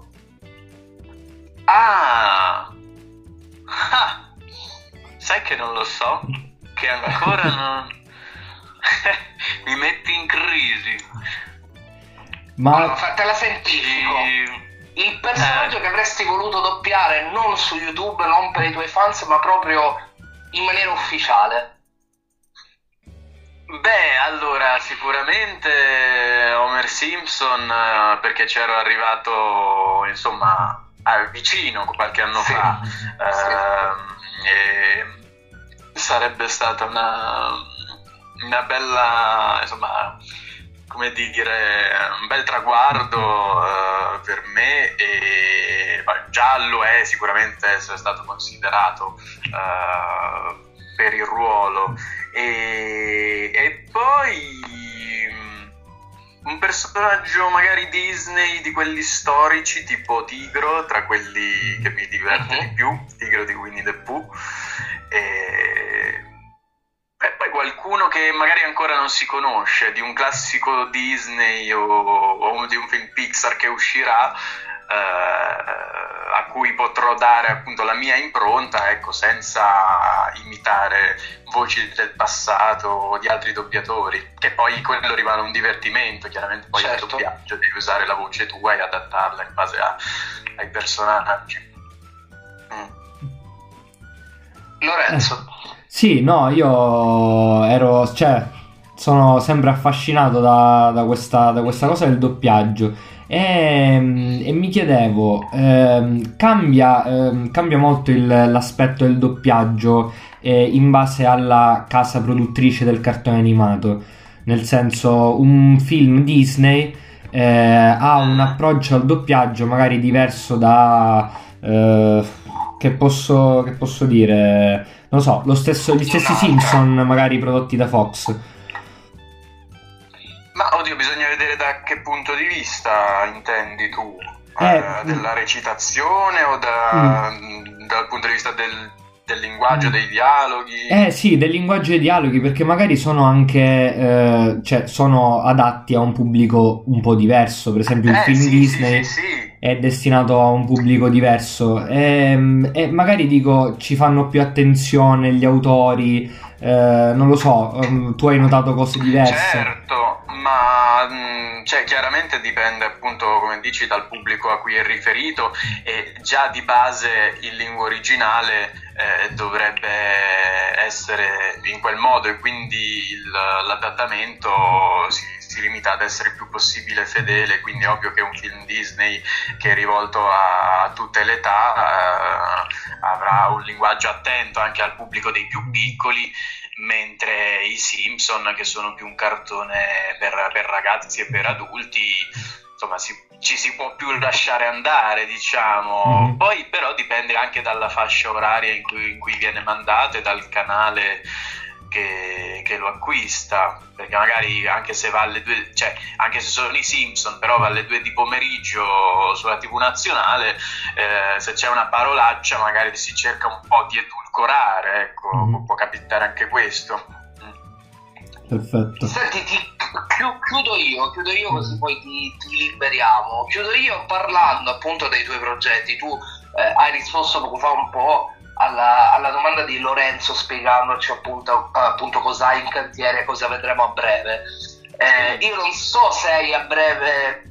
F: Sai che non lo so, che ancora non mi metti in crisi.
E: Ma
C: allora, fatela sentifico. Il personaggio che avresti voluto doppiare non su YouTube, non per i tuoi fans, ma proprio in maniera ufficiale.
F: Beh, allora sicuramente Homer Simpson, perché c'ero arrivato insomma vicino qualche anno fa, e sarebbe stata una bella, insomma, come dire, un bel traguardo per me, e già lo è sicuramente essere stato considerato per il ruolo, e poi un personaggio magari Disney di quelli storici tipo Tigro, tra quelli che mi diverte di più, Tigro di Winnie the Pooh, e poi qualcuno che magari ancora non si conosce, di un classico Disney o di un film Pixar che uscirà, a cui potrò dare appunto la mia impronta, ecco, senza imitare voci del passato o di altri doppiatori, che poi quello rimane un divertimento, chiaramente poi il doppiaggio devi usare la voce tua e adattarla in base ai personaggi.
C: Lorenzo?
E: Sì, no, io sono sempre affascinato da questa cosa del doppiaggio, e mi chiedevo, cambia molto l'aspetto del doppiaggio in base alla casa produttrice del cartone animato, nel senso, un film Disney ha un approccio al doppiaggio magari diverso da che posso dire, non so, gli stessi Simpson magari prodotti da Fox.
F: Ma oddio, bisogna vedere da che punto di vista intendi tu, della recitazione o dal punto di vista del linguaggio, dei dialoghi?
E: Sì, del linguaggio dei dialoghi, perché magari sono anche sono adatti a un pubblico un po' diverso. Per esempio il film Disney è destinato a un pubblico diverso, e magari dico ci fanno più attenzione gli autori, non lo so, tu hai notato cose diverse?
F: Certo, ma chiaramente dipende appunto, come dici, dal pubblico a cui è riferito, e già di base in lingua originale dovrebbe essere in quel modo, e quindi l'adattamento si si limita ad essere il più possibile fedele, quindi è ovvio che un film Disney che è rivolto a tutte le età avrà un linguaggio attento anche al pubblico dei più piccoli, mentre i Simpson, che sono più un cartone per ragazzi e per adulti, insomma ci si può più lasciare andare, diciamo. Poi però dipende anche dalla fascia oraria in cui viene mandato e dal canale che lo acquista, perché magari anche se va alle 2, cioè anche se sono i Simpson, però va alle 2 di pomeriggio sulla TV nazionale, se c'è una parolaccia magari si cerca un po' di edulcorare, ecco, può capitare anche questo.
E: Perfetto.
B: Senti, chiudo io così poi ti liberiamo. Chiudo io parlando appunto dei tuoi progetti. Tu hai risposto poco fa un po' alla domanda di Lorenzo, spiegandoci appunto cosa hai in cantiere, cosa vedremo a breve. Io non so se hai a breve,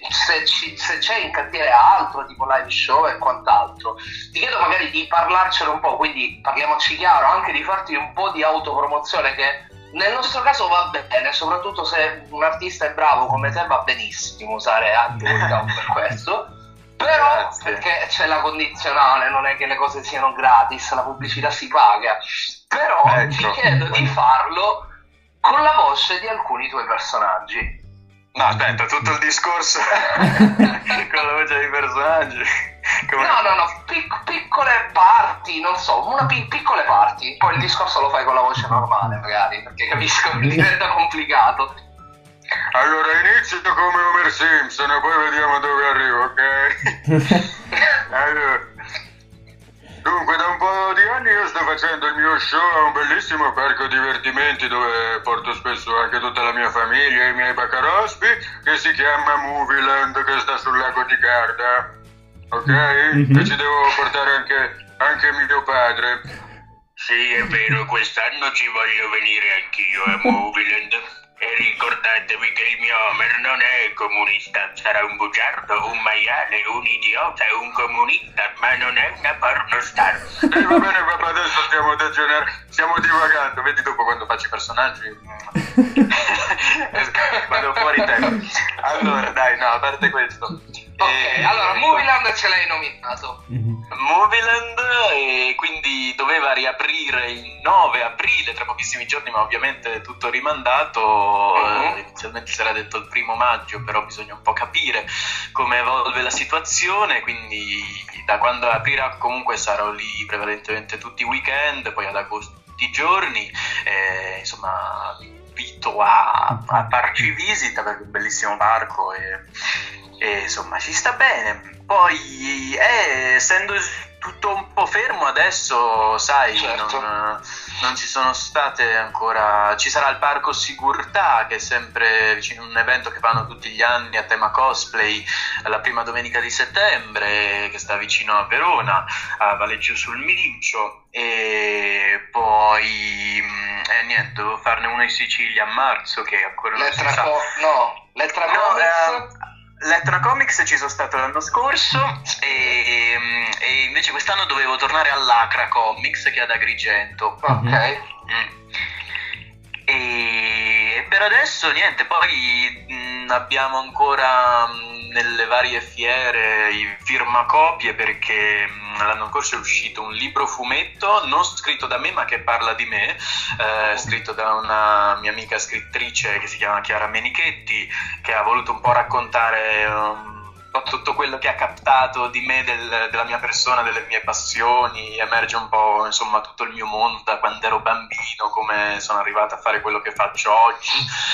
B: se c'è in cantiere altro, tipo live show e quant'altro. Ti chiedo magari di parlarcene un po', quindi parliamoci chiaro, anche di farti un po' di autopromozione, che nel nostro caso va bene, soprattutto se un artista è bravo come te, va benissimo usare anche per questo. Però perché c'è la condizionale, non è che le cose siano gratis, la pubblicità si paga. Però ti chiedo di farlo con la voce di alcuni tuoi personaggi.
F: No, aspetta, tutto il discorso con la voce dei personaggi.
B: No, piccole parti, non so, piccole parti. Poi il discorso lo fai con la voce normale, magari, perché capisco che diventa complicato.
F: Allora inizio come Homer Simpson e poi vediamo dove arrivo, ok? Allora, dunque, da un po' di anni io sto facendo il mio show a un bellissimo parco divertimenti dove porto spesso anche tutta la mia famiglia e i miei baccarospi, che si chiama Movieland, che sta sul lago di Garda, ok? E ci devo portare anche mio padre. Sì, è vero, quest'anno ci voglio venire anch'io a Movieland. E ricordatevi che il mio Homer non è comunista, sarà un bugiardo, un maiale, un idiota, un comunista, ma non è una pornostar. Va bene papà, adesso stiamo divagando, vedi dopo quando faccio i personaggi vado fuori tempo. Allora dai, no, a parte questo,
B: ok, allora Movieland ce l'hai nominato.
F: Movieland, e quindi doveva riaprire il 9 aprile, tra pochissimi giorni, ma ovviamente tutto rimandato. Inizialmente si era detto il 1° maggio, però bisogna un po' capire come evolve la situazione, quindi da quando aprirà comunque sarò lì prevalentemente tutti i weekend, poi ad agosto tutti i giorni, insomma vi invito a farci visita, perché è un bellissimo parco e insomma ci sta bene. Poi essendo tutto un po' fermo adesso, sai, certo, non ci sono state ancora. Ci sarà il Parco Sigurtà, che è sempre vicino, un evento che fanno tutti gli anni a tema cosplay, la prima domenica di settembre, che sta vicino a Verona, a Valeggio sul Mincio. E poi niente, devo farne uno in Sicilia a marzo, che ancora non si sa.
B: Lettra Comics.
F: Lettra Comics ci sono stato l'anno scorso e invece quest'anno dovevo tornare all'Acra Comics, che è ad Agrigento.
B: Ok.
F: E per adesso niente, poi abbiamo ancora nelle varie fiere i firmacopie, perché l'anno scorso è uscito un libro fumetto non scritto da me ma che parla di me, scritto da una mia amica scrittrice che si chiama Chiara Menichetti, che ha voluto un po' raccontare tutto quello che ha captato di me, della mia persona, delle mie passioni. Emerge un po', insomma, tutto il mio mondo da quando ero bambino, come sono arrivato a fare quello che faccio oggi,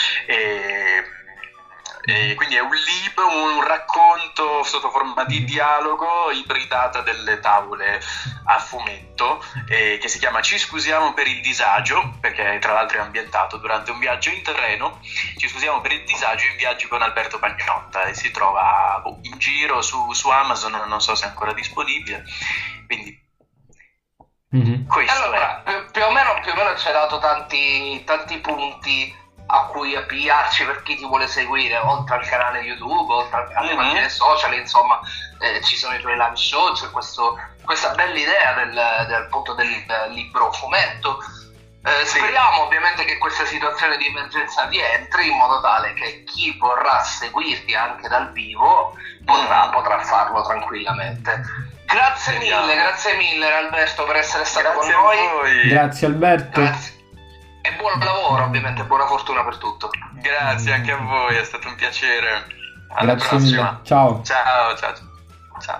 F: e quindi è un libro, un racconto sotto forma di dialogo, ibridata delle tavole a fumetto, che si chiama Ci scusiamo per il disagio, perché tra l'altro è ambientato durante un viaggio in treno. Ci scusiamo per il disagio in viaggio con Alberto Pagnotta, e si trova in giro su Amazon, non so se è ancora disponibile, quindi questo
B: allora, più o meno ci hai dato tanti punti a cui appigliarci per chi ti vuole seguire, oltre al canale YouTube, oltre alle pagine social, insomma, ci sono i tuoi live show, c'è questa bella idea del libro fumetto.
G: Speriamo ovviamente che questa situazione di emergenza rientri in modo tale che chi vorrà seguirti anche dal vivo potrà farlo tranquillamente. Grazie mille Alberto per essere stato con noi.
E: Grazie Alberto.
G: Grazie. E buon lavoro, ovviamente, buona fortuna per tutto.
F: Grazie anche a voi, è stato un piacere. Alla
E: Grazie
F: prossima.
E: mille. Ciao.
F: Ciao.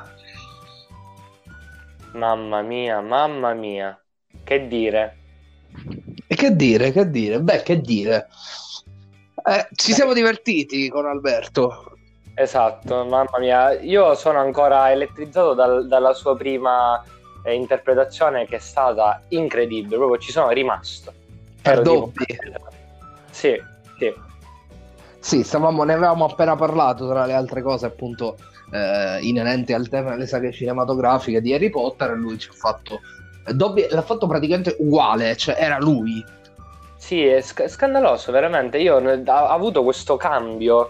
C: Mamma mia. Che dire?
B: E che dire? Beh, che dire? Ci siamo divertiti con Alberto.
C: Esatto, mamma mia. Io sono ancora elettrizzato dalla sua prima interpretazione, che è stata incredibile. Proprio ci sono rimasto.
B: Per doppi.
C: Sì.
B: Sì, ne avevamo appena parlato, tra le altre cose, appunto, inerenti al tema delle saghe cinematografiche di Harry Potter, e lui ci ha fatto Dobby, l'ha fatto praticamente uguale, cioè era lui.
C: Sì, è scandaloso, veramente. Io ho avuto questo cambio,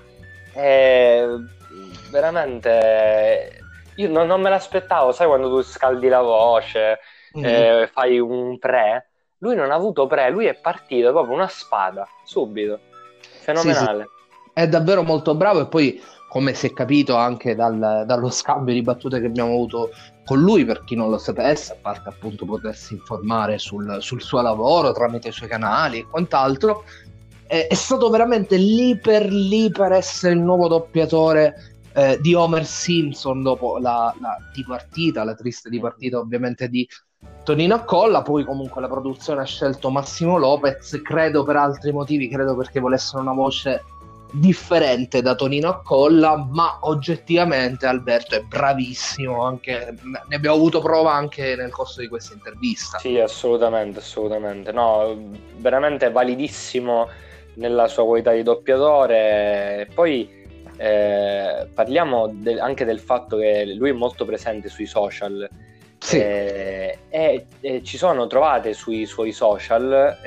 C: veramente. Io non me l'aspettavo, sai, quando tu scaldi la voce, fai un pre. Lui non ha avuto pre, lui è partito proprio una spada, subito. Fenomenale.
B: Sì. È davvero molto bravo, e poi, come si è capito anche dallo scambio di battute che abbiamo avuto con lui, per chi non lo sapesse, a parte appunto potersi informare sul suo lavoro tramite i suoi canali e quant'altro, è stato veramente lì per essere il nuovo doppiatore di Homer Simpson dopo la triste dipartita ovviamente di Tonino Accolla. Poi comunque la produzione ha scelto Massimo Lopez, credo per altri motivi, credo perché volessero una voce differente da Tonino Accolla, ma oggettivamente Alberto è bravissimo, anche ne abbiamo avuto prova anche nel corso di questa intervista.
C: Sì, assolutamente, no, veramente validissimo nella sua qualità di doppiatore. Poi parliamo anche del fatto che lui è molto presente sui social.
B: Sì.
C: E ci sono trovate sui suoi social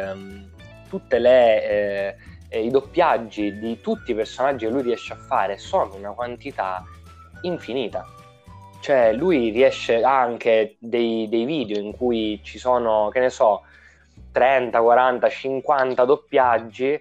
C: tutte i doppiaggi di tutti i personaggi che lui riesce a fare. Sono una quantità infinita, cioè lui riesce anche dei video in cui ci sono, che ne so, 30, 40, 50 doppiaggi,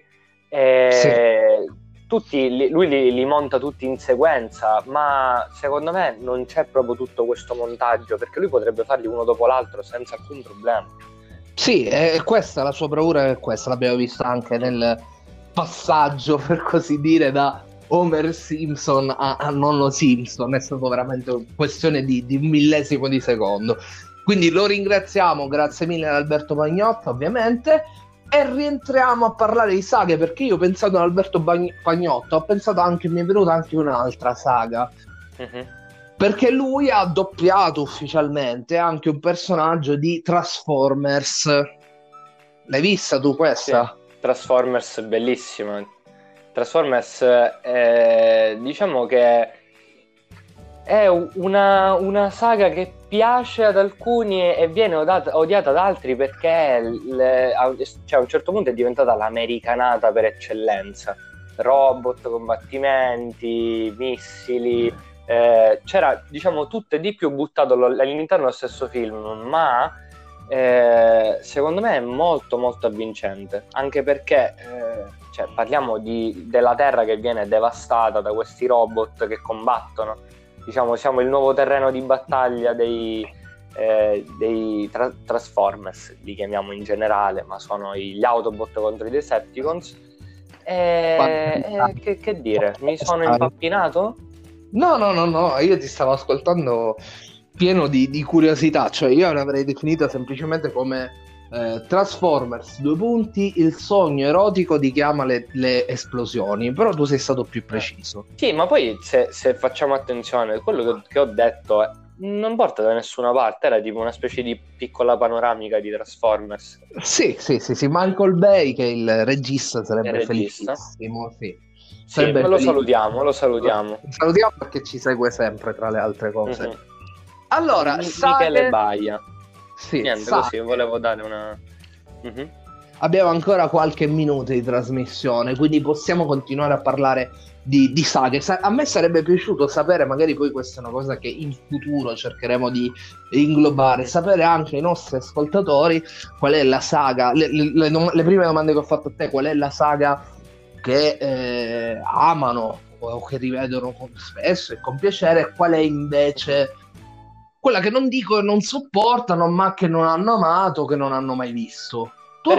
C: tutti lui li monta tutti in sequenza, ma secondo me non c'è proprio tutto questo montaggio, perché lui potrebbe farli uno dopo l'altro senza alcun problema.
B: Sì, è questa la sua bravura, è questa, l'abbiamo vista anche nel passaggio, per così dire, da Homer Simpson a nonno Simpson. È stato veramente questione di un millesimo di secondo. Quindi lo ringraziamo, grazie mille ad Alberto Pagnotta, ovviamente, e rientriamo a parlare di saghe, perché io, pensando ad Alberto Pagnotta, ho pensato anche, mi è venuta anche un'altra saga, perché lui ha doppiato ufficialmente anche un personaggio di Transformers. L'hai vista tu questa?
C: Sì. Transformers, bellissima. Transformers, diciamo che è una saga che piace ad alcuni e viene odiata ad altri, perché cioè, a un certo punto è diventata l'americanata per eccellenza. Robot, combattimenti, missili, c'era, diciamo, tutto e di più buttato all'interno dello stesso film, ma secondo me è molto molto avvincente, anche perché cioè, parliamo della Terra che viene devastata da questi robot che combattono. Diciamo, siamo il nuovo terreno di battaglia dei Transformers, li chiamiamo in generale, ma sono gli Autobot contro i Decepticons. Che dire, mi sono impappinato?
B: No, io ti stavo ascoltando pieno di curiosità, cioè io l'avrei definita semplicemente come Transformers, il sogno erotico di chi ama le esplosioni, però tu sei stato più preciso.
C: Sì, ma poi se facciamo attenzione, quello che ho detto non porta da nessuna parte, era tipo una specie di piccola panoramica di Transformers.
B: Sì, Michael Bay, che è il regista, sarebbe felicissimo.
C: Sì, lo salutiamo.
B: Salutiamo perché ci segue sempre, tra le altre cose. Allora,
C: Michele Baia.
B: Sì,
C: niente, così volevo dare una
B: abbiamo ancora qualche minuto di trasmissione, quindi possiamo continuare a parlare di saghe. A me sarebbe piaciuto sapere, magari poi questa è una cosa che in futuro cercheremo di inglobare, sapere anche ai nostri ascoltatori qual è la saga, le prime domande che ho fatto a te, qual è la saga che amano o che rivedono spesso e con piacere, qual è invece quella che non dico non sopportano, ma che non hanno amato, che non hanno mai visto.
C: Per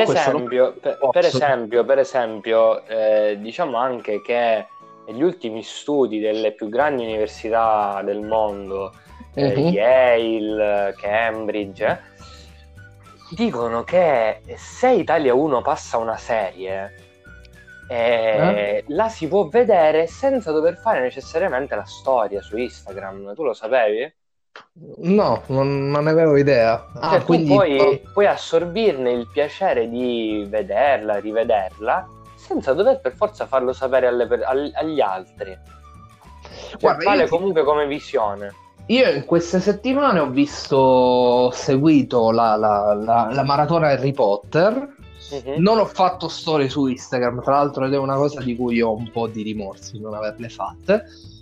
C: esempio, diciamo anche che negli ultimi studi delle più grandi università del mondo, Yale, Cambridge, dicono che se Italia 1 passa una serie, la si può vedere senza dover fare necessariamente la storia su Instagram. Tu lo sapevi?
B: No, non ne avevo idea.
C: Cioè, quindi puoi assorbirne il piacere di vederla, rivederla, senza dover per forza farlo sapere agli altri. Cioè, guarda, vale comunque come visione.
B: Io in queste settimane ho seguito la maratona Harry Potter. Non ho fatto storie su Instagram, tra l'altro, ed è una cosa di cui ho un po' di rimorsi non averle fatte.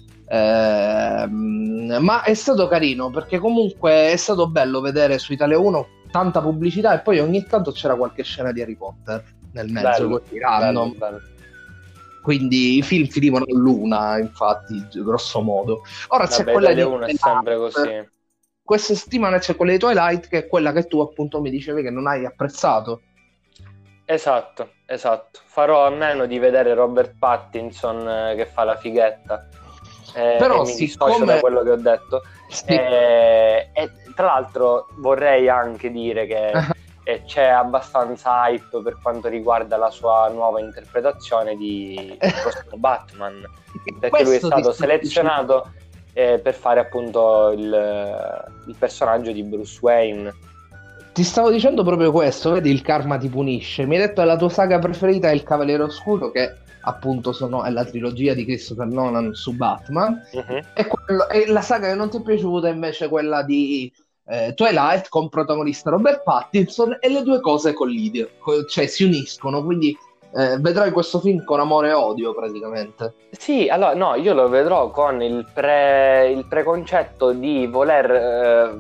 B: Ma è stato carino, perché comunque è stato bello vedere su Italia 1 tanta pubblicità, e poi ogni tanto c'era qualche scena di Harry Potter nel mezzo, così random. Bello. Quindi i film finivano all'una, infatti, grosso modo. Ora c'è quella di
C: Italia 1 è sempre così.
B: Questa settimana c'è quella di Twilight, che è quella che tu appunto mi dicevi che non hai apprezzato.
C: Esatto. Farò a meno di vedere Robert Pattinson che fa la fighetta. Però mi dissocio da quello che ho detto. Sì. E tra l'altro vorrei anche dire che c'è abbastanza hype per quanto riguarda la sua nuova interpretazione di questo Batman, perché lui è stato selezionato per fare appunto il personaggio di Bruce Wayne.
B: Ti stavo dicendo proprio questo, vedi, il karma ti punisce. Mi hai detto che la tua saga preferita è Il Cavaliere Oscuro, che appunto è la trilogia di Christopher Nolan su Batman, e la saga che non ti è piaciuta è invece quella di Twilight, con protagonista Robert Pattinson, e le due cose collidono, cioè si uniscono, quindi vedrai questo film con amore e odio praticamente.
C: Sì, allora no, io lo vedrò con il preconcetto di voler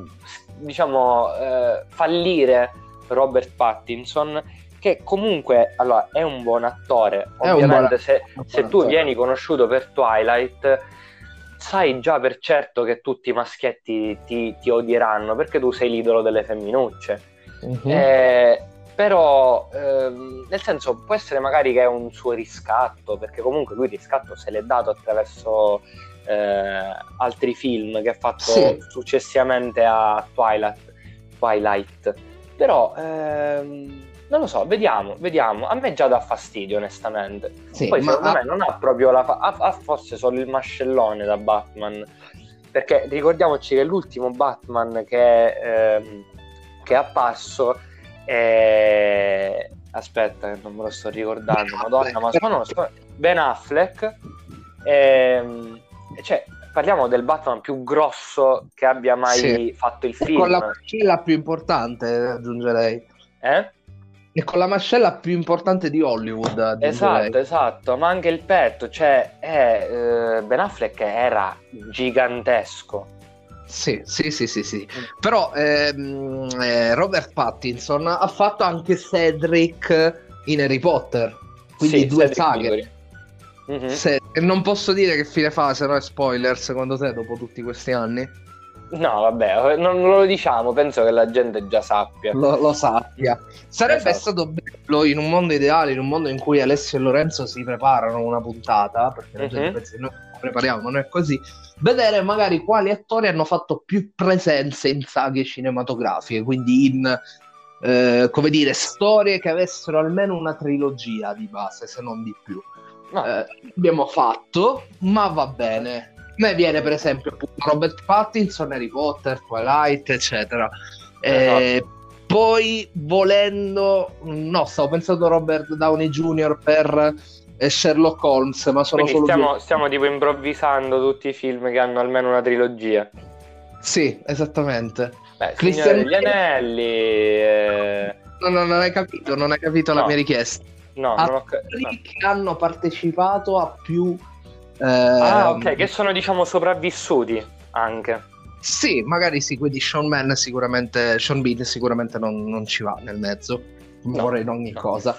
C: fallire Robert Pattinson, che comunque allora è un buon attore. Ovviamente se tu vieni conosciuto per Twilight, sai già per certo che tutti i maschietti ti odieranno, perché tu sei l'idolo delle femminucce. Però nel senso, può essere magari che è un suo riscatto, perché comunque lui il riscatto se l'è dato attraverso altri film che ha fatto successivamente a Twilight. Però non lo so, vediamo. A me già dà fastidio, onestamente. Poi secondo me non ha proprio ha forse solo il mascellone da Batman, perché ricordiamoci che l'ultimo Batman che è apparso aspetta che non me lo sto ricordando, madonna, ma Ben Affleck, cioè parliamo del Batman più grosso che abbia mai fatto il film,
B: con la mascella più importante, aggiungerei. E con la mascella più importante di Hollywood, aggiungerei.
C: Esatto, ma anche il petto, cioè Ben Affleck era gigantesco.
B: Sì. Però Robert Pattinson ha fatto anche Cedric in Harry Potter, quindi due saghe. Non posso dire che fine fa, se no è spoiler secondo te dopo tutti questi anni?
C: No, vabbè, non lo diciamo, penso che la gente già sappia.
B: Lo sappia. Sarebbe stato bello, in un mondo ideale, in un mondo in cui Alessio e Lorenzo si preparano una puntata, perché la gente pensa che noi prepariamo, ma non è così, vedere magari quali attori hanno fatto più presenze in saghe cinematografiche, quindi in come dire, storie che avessero almeno una trilogia di base, se non di più. Abbiamo fatto, ma va bene. A me viene per esempio Robert Pattinson, Harry Potter, Twilight, eccetera. Poi volendo, no, stavo pensando a Robert Downey Jr. per Sherlock Holmes, ma sono
C: quindi
B: solo
C: stiamo tipo improvvisando tutti i film che hanno almeno una trilogia.
B: Sì, esattamente.
C: Signore degli Anelli,
B: non hai capito, non hai capito la mia richiesta.
C: No, non ho capito.
B: Che hanno partecipato a più...
C: ok, che sono diciamo sopravvissuti anche.
B: Sì, magari sì, quindi Sean Bean sicuramente non ci va nel mezzo, muore in ogni cosa.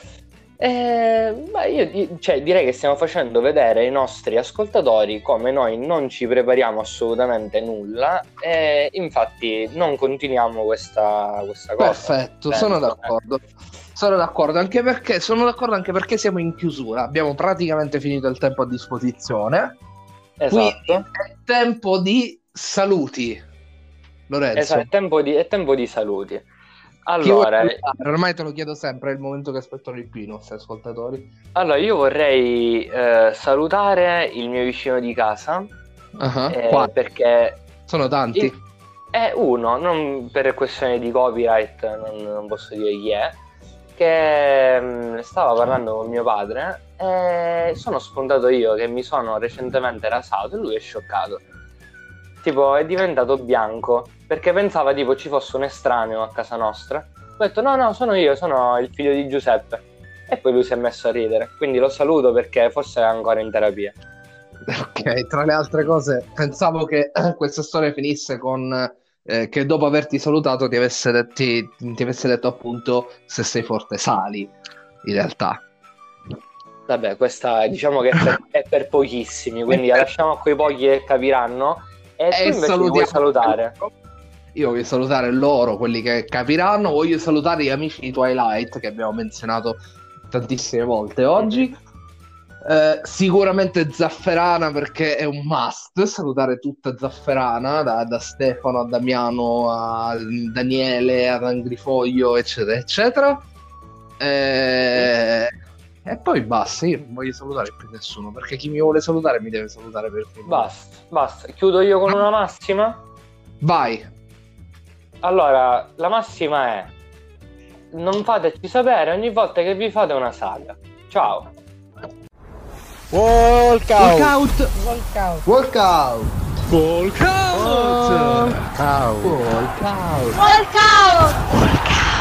C: Io direi che stiamo facendo vedere ai nostri ascoltatori come noi non ci prepariamo assolutamente nulla e infatti non continuiamo questa cosa.
B: Perfetto, sono d'accordo anche perché siamo in chiusura, abbiamo praticamente finito il tempo a disposizione.
C: Esatto.
B: Quindi è tempo di saluti, Lorenzo.
C: Esatto, è tempo di saluti. Allora,
B: ormai te lo chiedo sempre, è il momento che aspettano di più i nostri ascoltatori.
C: Allora, io vorrei salutare il mio vicino di casa, perché
B: sono tanti.
C: È uno, non per questione di copyright, non posso dire chi è, che stava parlando con mio padre e sono spuntato io che mi sono recentemente rasato e lui è scioccato. Tipo è diventato bianco perché pensava tipo ci fosse un estraneo a casa nostra. Ho detto no, sono io, sono il figlio di Giuseppe. E poi lui si è messo a ridere, quindi lo saluto perché forse è ancora in terapia.
B: Ok, tra le altre cose pensavo che questa storia finisse con che dopo averti salutato ti avesse detto appunto se sei forte sali, in realtà.
C: Vabbè, questa diciamo che è per pochissimi, quindi la lasciamo a quei pochi che capiranno. E tu invece mi vuoi salutare?
B: Io voglio salutare loro, quelli che capiranno. Voglio salutare gli amici di Twilight che abbiamo menzionato tantissime volte oggi. Sicuramente Zafferana, perché è un must salutare tutta Zafferana, da Stefano a Damiano a Daniele ad Angrifoglio eccetera eccetera. E poi basta, io non voglio salutare più nessuno, perché chi mi vuole salutare mi deve salutare per primo.
C: Basta, chiudo io con una massima?
B: Vai.
C: Allora, la massima è: non fateci sapere ogni volta che vi fate una saga. Ciao.
B: Walkout.
H: Walkout.